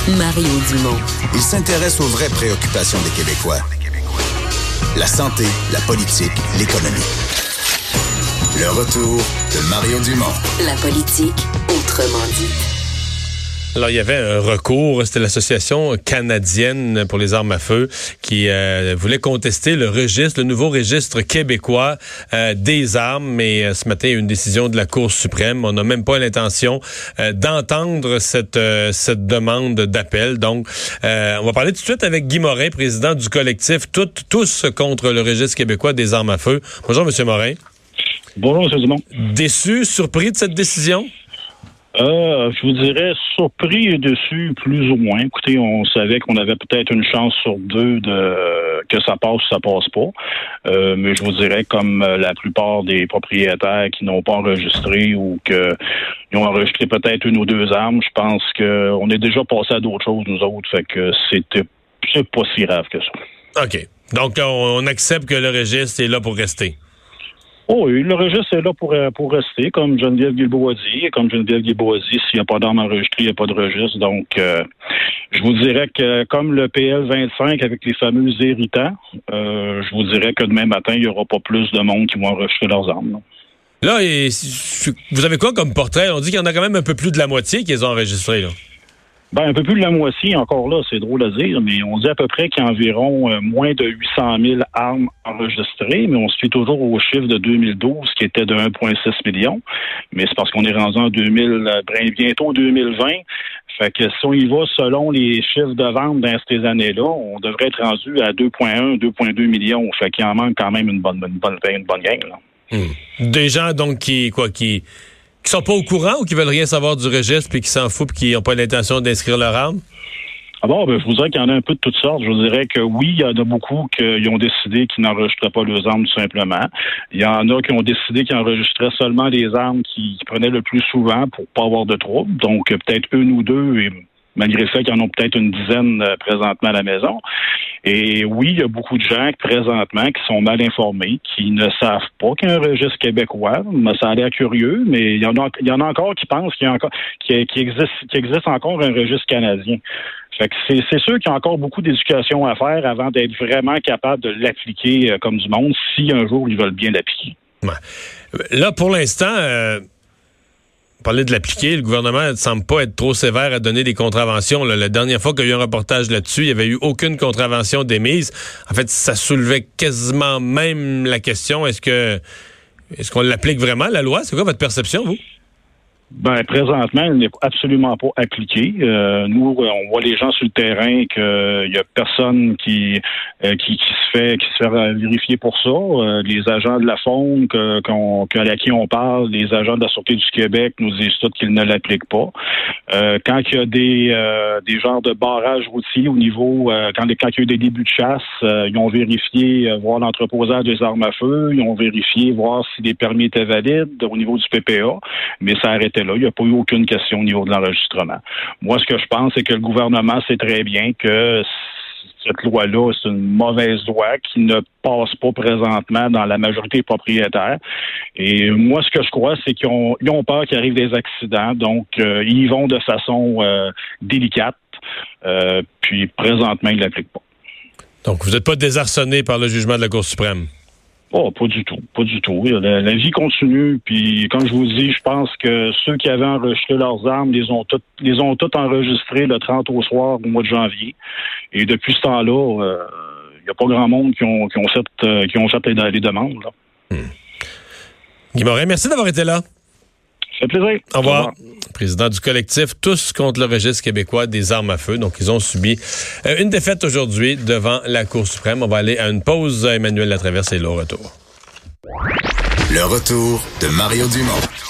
Mario Dumont. Il s'intéresse aux vraies préoccupations des Québécois. La santé, la politique, l'économie. Le retour de Mario Dumont. La politique, autrement dit. Alors, il y avait un recours, c'était l'Association canadienne pour les armes à feu qui voulait contester le nouveau registre québécois des armes. Mais ce matin, il y a eu une décision de la Cour suprême. On n'a même pas l'intention d'entendre cette demande d'appel. Donc, on va parler tout de suite avec Guy Morin, président du collectif Tous contre le registre québécois des armes à feu. Bonjour, M. Morin. Bonjour, M. Dumont. Déçu, surpris de cette décision? Je vous dirais surpris et déçu, plus ou moins. Écoutez, on savait qu'on avait peut-être une chance sur deux que ça passe ou ça passe pas. Mais je vous dirais, comme la plupart des propriétaires qui n'ont pas enregistré ou qui ont enregistré peut-être une ou deux armes, je pense qu'on est déjà passé à d'autres choses, nous autres. Fait que c'est pas si grave que ça. OK. Donc, on accepte que le registre est là pour rester. Oh oui, le registre est là pour rester, comme Geneviève Guilbeault a dit. Comme Geneviève Guilbeault a dit, s'il n'y a pas d'armes enregistrées, il n'y a pas de registre. Donc, je vous dirais que comme le PL 25 avec les fameux irritants, je vous dirais que demain matin, il n'y aura pas plus de monde qui vont enregistrer leurs armes. Là, vous avez quoi comme portrait? On dit qu'il y en a quand même un peu plus de la moitié qui les ont enregistrés, là. Un peu plus de la moitié, encore là, c'est drôle à dire, mais on dit à peu près qu'il y a environ moins de 800 000 armes enregistrées, mais on se fie toujours au chiffre de 2012, qui était de 1,6 million. Mais c'est parce qu'on est rendu en bientôt 2020. Fait que si on y va selon les chiffres de vente dans ces années-là, on devrait être rendu à 2,1, 2,2 millions. Fait qu'il en manque quand même une bonne gang, là. Des gens, donc, qui sont pas au courant ou qui veulent rien savoir du registre puis qui s'en foutent puis qui n'ont pas l'intention d'inscrire leur arme? Je vous dirais qu'il y en a un peu de toutes sortes. Je vous dirais que oui, il y en a beaucoup qui ont décidé qu'ils n'enregistraient pas leurs armes tout simplement. Il y en a qui ont décidé qu'ils enregistraient seulement les armes qu'ils prenaient le plus souvent pour pas avoir de troubles. Donc, peut-être une ou deux, et malgré le fait qu'ils en ont peut-être une dizaine présentement à la maison. Et oui, il y a beaucoup de gens présentement qui sont mal informés, qui ne savent pas qu'il y a un registre québécois. Ça a l'air curieux, mais il y en a encore qui pensent qu'il existe encore un registre canadien. Fait que c'est sûr qu'il y a encore beaucoup d'éducation à faire avant d'être vraiment capable de l'appliquer comme du monde, si un jour ils veulent bien l'appliquer. Ouais. Là, pour l'instant, parler de l'appliquer, le gouvernement ne semble pas être trop sévère à donner des contraventions. Là. La dernière fois qu'il y a eu un reportage là-dessus, il n'y avait eu aucune contravention d'émise. En fait, ça soulevait quasiment même la question, est-ce qu'on l'applique vraiment, la loi? C'est quoi votre perception, vous? Présentement, elle n'est absolument pas appliquée. Nous, on voit les gens sur le terrain qu'il y a personne qui se fait vérifier pour ça. Les agents de la Faune à qui on parle, les agents de la Sûreté du Québec nous disent tous qu'ils ne l'appliquent pas. Quand il y a des genres de barrages routiers au niveau, quand il y a eu des débuts de chasse, ils ont vérifié voir l'entreposage des armes à feu, ils ont vérifié voir si les permis étaient valides au niveau du PPA, mais ça arrêtait là. Il n'y a pas eu aucune question au niveau de l'enregistrement. Moi, ce que je pense, c'est que le gouvernement sait très bien que cette loi-là, c'est une mauvaise loi qui ne passe pas présentement dans la majorité propriétaire. Et moi, ce que je crois, c'est qu'ils ont peur qu'il arrive des accidents. Donc, ils y vont de façon délicate. Puis, présentement, ils ne l'appliquent pas. Donc, vous n'êtes pas désarçonné par le jugement de la Cour suprême? Oh, pas du tout. La vie continue, puis comme je vous dis, je pense que ceux qui avaient enregistré leurs armes les ont toutes enregistrées le 30 au soir au mois de janvier. Et depuis ce temps-là, il n'y a pas grand monde qui ont fait les demandes. Là. Guy Morin, merci d'avoir été là. Ça fait plaisir. Au revoir. Président du collectif Tous contre le registre québécois des armes à feu. Donc, ils ont subi une défaite aujourd'hui devant la Cour suprême. On va aller à une pause. Emmanuel Latraverse est là au retour. Le retour de Mario Dumont.